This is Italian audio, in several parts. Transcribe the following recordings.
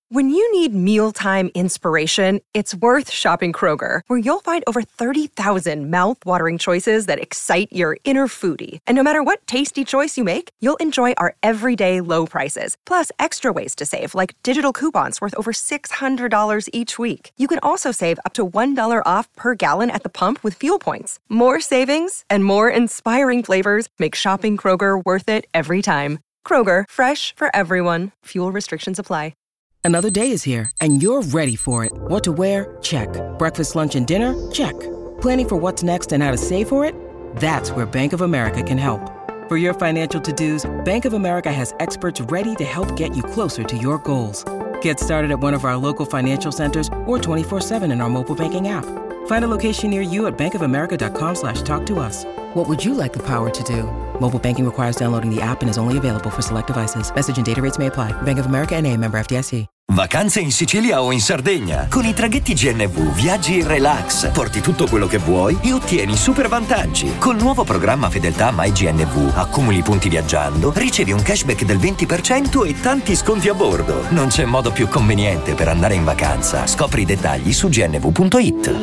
When you need mealtime inspiration, it's worth shopping Kroger, where you'll find over 30,000 mouth-watering choices that excite your inner foodie. And no matter what tasty choice you make, you'll enjoy our everyday low prices, plus extra ways to save, like digital coupons worth over $600 each week. You can also save up to $1 off per gallon at the pump with fuel points. More savings and more inspiring flavors make shopping Kroger worth it every time. Kroger, fresh for everyone. Fuel restrictions apply. Another day is here, and you're ready for it. What to wear? Check. Breakfast, lunch, and dinner? Check. Planning for what's next and how to save for it? That's where Bank of America can help. For your financial to-dos, Bank of America has experts ready to help get you closer to your goals. Get started at one of our local financial centers or 24/7 in our mobile banking app. Find a location near you at bankofamerica.com/talktous. What would you like the power to do? Mobile banking requires downloading the app and is only available for select devices. Message and data rates may apply. Bank of America N.A., member FDIC. Vacanze in Sicilia o in Sardegna. Con i traghetti GNV viaggi in relax, porti tutto quello che vuoi e ottieni super vantaggi. Col nuovo programma Fedeltà MyGNV accumuli punti viaggiando, ricevi un cashback del 20% e tanti sconti a bordo. Non c'è modo più conveniente per andare in vacanza. Scopri i dettagli su gnv.it.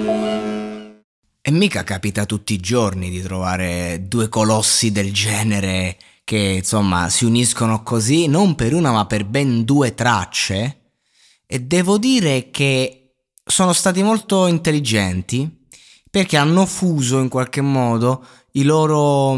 E mica capita tutti i giorni di trovare due colossi del genere che, insomma, si uniscono così, non per una ma per ben due tracce. E devo dire che sono stati molto intelligenti, perché hanno fuso in qualche modo i loro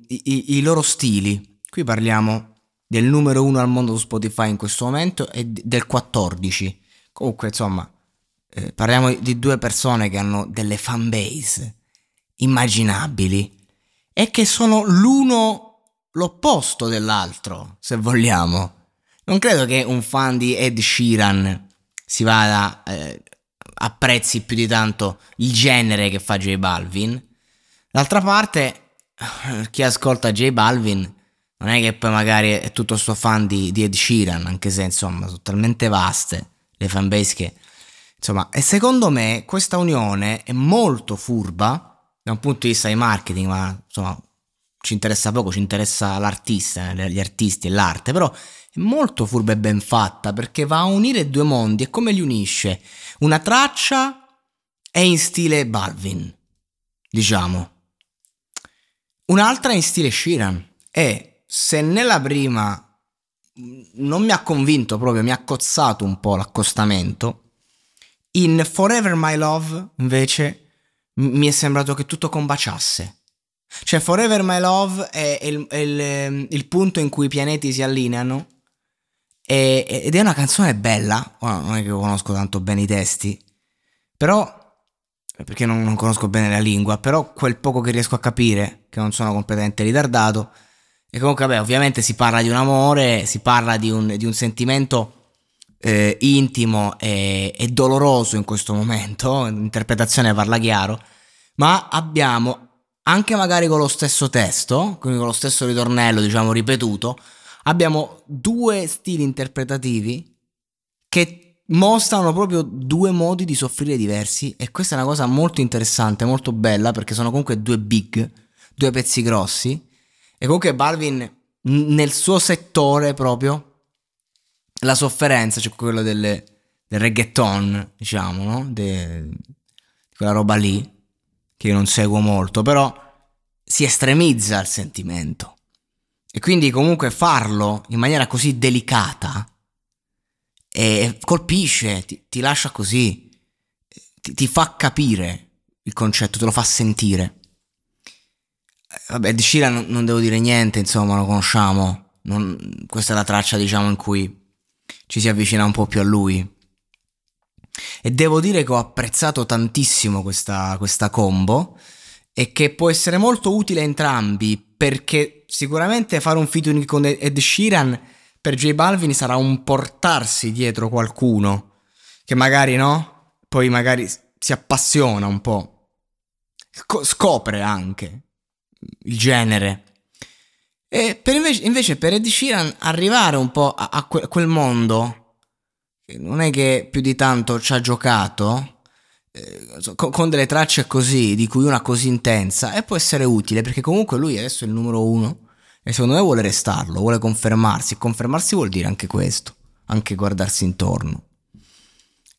stili. Qui parliamo del numero 1 al mondo su Spotify in questo momento e del 14. Comunque, insomma, parliamo di due persone che hanno delle fanbase immaginabili e che sono l'uno l'opposto dell'altro, se vogliamo. Non credo che un fan di Ed Sheeran si vada apprezzi più di tanto il genere che fa J Balvin. D'altra parte, chi ascolta J Balvin non è che poi magari è tutto sto fan di Ed Sheeran, anche se insomma sono talmente vaste le fanbase che insomma. E secondo me questa unione è molto furba da un punto di vista di marketing, ma insomma ci interessa poco, ci interessa l'artista, gli artisti e l'arte, però è molto furba e ben fatta perché va a unire due mondi. E come li unisce? Una traccia è in stile Balvin, diciamo, un'altra è in stile Sheeran, e se nella prima non mi ha convinto proprio, mi ha cozzato un po' l'accostamento, in Forever My Love invece mi è sembrato che tutto combaciasse. Cioè Forever My Love è il punto in cui i pianeti si allineano ed è una canzone bella. Non è che conosco tanto bene i testi, però perché non conosco bene la lingua, però quel poco che riesco a capire, che non sono completamente ritardato, e comunque vabbè, ovviamente si parla di un amore, si parla di un sentimento intimo e doloroso in questo momento. L'interpretazione parla chiaro, ma abbiamo anche magari con lo stesso testo, quindi con lo stesso ritornello diciamo ripetuto, abbiamo due stili interpretativi che mostrano proprio due modi di soffrire diversi, e questa è una cosa molto interessante, molto bella, perché sono comunque due pezzi grossi. E comunque Balvin nel suo settore proprio, la sofferenza, cioè quello del reggaeton, diciamo, no? Di quella roba lì che io non seguo molto, però si estremizza il sentimento, e quindi comunque farlo in maniera così delicata e colpisce, ti lascia così, ti fa capire il concetto, te lo fa sentire. Vabbè, di Sheeran non devo dire niente, insomma, lo conosciamo, questa è la traccia diciamo in cui ci si avvicina un po' più a lui. E devo dire che ho apprezzato tantissimo questa combo, e che può essere molto utile a entrambi, perché sicuramente fare un featuring con Ed Sheeran per J Balvin sarà un portarsi dietro qualcuno che magari no, poi magari si appassiona un po', scopre anche il genere. E invece per Ed Sheeran arrivare un po' a quel mondo, non è che più di tanto ci ha giocato, con delle tracce così, di cui una così intensa, e può essere utile, perché comunque lui adesso è il numero 1 e secondo me vuole restarlo, vuole confermarsi. Confermarsi vuol dire anche questo, anche guardarsi intorno.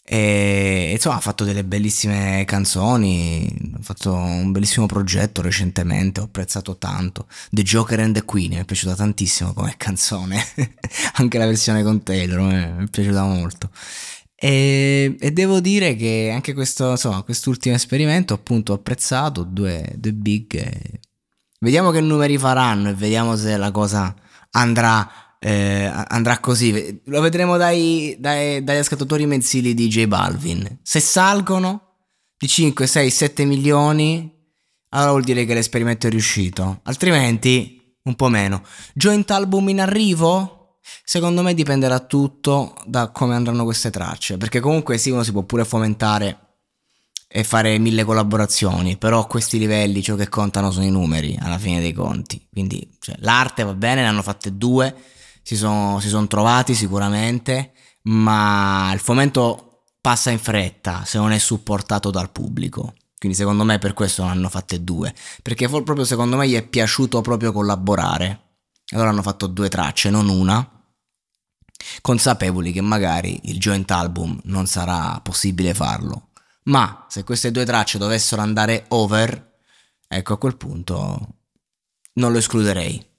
E insomma ha fatto delle bellissime canzoni, ha fatto un bellissimo progetto recentemente, ho apprezzato tanto. The Joker and the Queen mi è piaciuta tantissimo come canzone, anche la versione con Taylor mi è piaciuta molto. E devo dire che anche questo, insomma, quest'ultimo esperimento appunto ho apprezzato, due big. Vediamo che numeri faranno e vediamo se la cosa andrà così. Lo vedremo dagli ascoltatori mensili di J Balvin. Se salgono di 5, 6, 7 milioni, allora vuol dire che l'esperimento è riuscito, altrimenti un po' meno. Joint album in arrivo? Secondo me dipenderà tutto da come andranno queste tracce, perché comunque sì, uno si può pure fomentare e fare 1000 collaborazioni, però a questi livelli ciò che contano sono i numeri alla fine dei conti. Quindi cioè, l'arte va bene, ne hanno fatte 2, si sono trovati sicuramente, ma il fomento passa in fretta se non è supportato dal pubblico. Quindi secondo me per questo ne hanno fatte 2, perché proprio secondo me gli è piaciuto proprio collaborare. Allora hanno fatto 2 tracce, non una, consapevoli che magari il joint album non sarà possibile farlo. Ma se queste 2 tracce dovessero andare over, ecco, a quel punto non lo escluderei.